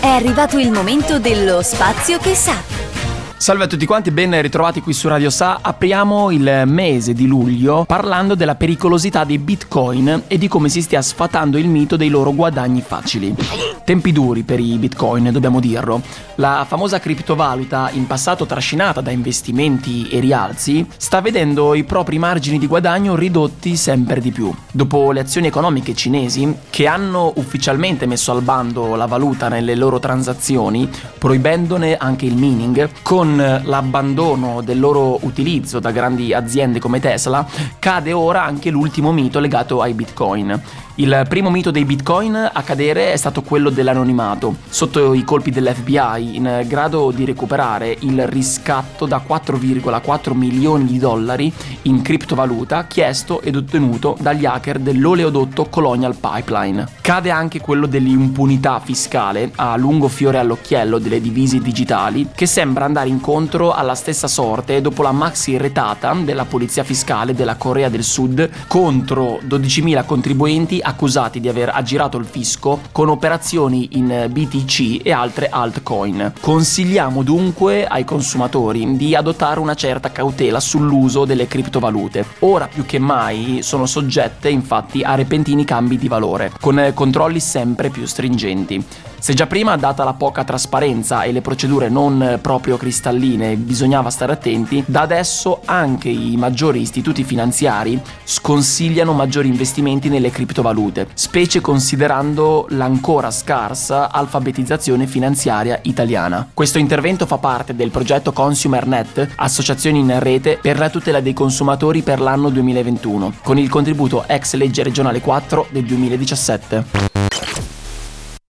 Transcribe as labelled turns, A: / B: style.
A: È arrivato il momento dello Spazio che sa.
B: Salve a tutti quanti, ben ritrovati qui su Radio Sa. Apriamo il mese di luglio parlando della pericolosità dei bitcoin e di come si stia sfatando il mito dei loro guadagni facili. Tempi duri per i bitcoin, dobbiamo dirlo. La famosa criptovaluta, in passato trascinata da investimenti e rialzi, sta vedendo i propri margini di guadagno ridotti sempre di più. Dopo le azioni economiche cinesi, che hanno ufficialmente messo al bando la valuta nelle loro transazioni, proibendone anche il mining, con l'abbandono del loro utilizzo da grandi aziende come Tesla, cade ora anche l'ultimo mito legato ai bitcoin. Il primo mito dei bitcoin a cadere è stato quello dell'anonimato, sotto i colpi dell'FBI, in grado di recuperare il riscatto da 4,4 milioni di dollari in criptovaluta chiesto ed ottenuto dagli hacker dell'oleodotto Colonial Pipeline. Cade anche quello dell'impunità fiscale, a lungo fiore all'occhiello delle divise digitali, che sembra andare incontro alla stessa sorte dopo la maxi retata della polizia fiscale della Corea del Sud contro 12.000 contribuenti accusati di aver aggirato il fisco con operazioni in BTC e altre altcoin. Consigliamo dunque ai consumatori di adottare una certa cautela sull'uso delle criptovalute. Ora più che mai sono soggette infatti a repentini cambi di valore, con controlli sempre più stringenti. Se già prima, data la poca trasparenza e le procedure non proprio cristalline, bisognava stare attenti, da adesso anche i maggiori istituti finanziari sconsigliano maggiori investimenti nelle criptovalute, specie considerando l'ancora scarsa alfabetizzazione finanziaria italiana. Questo intervento fa parte del progetto ConsumerNet, associazioni in rete per la tutela dei consumatori per l'anno 2021, con il contributo ex legge regionale 4 del 2017.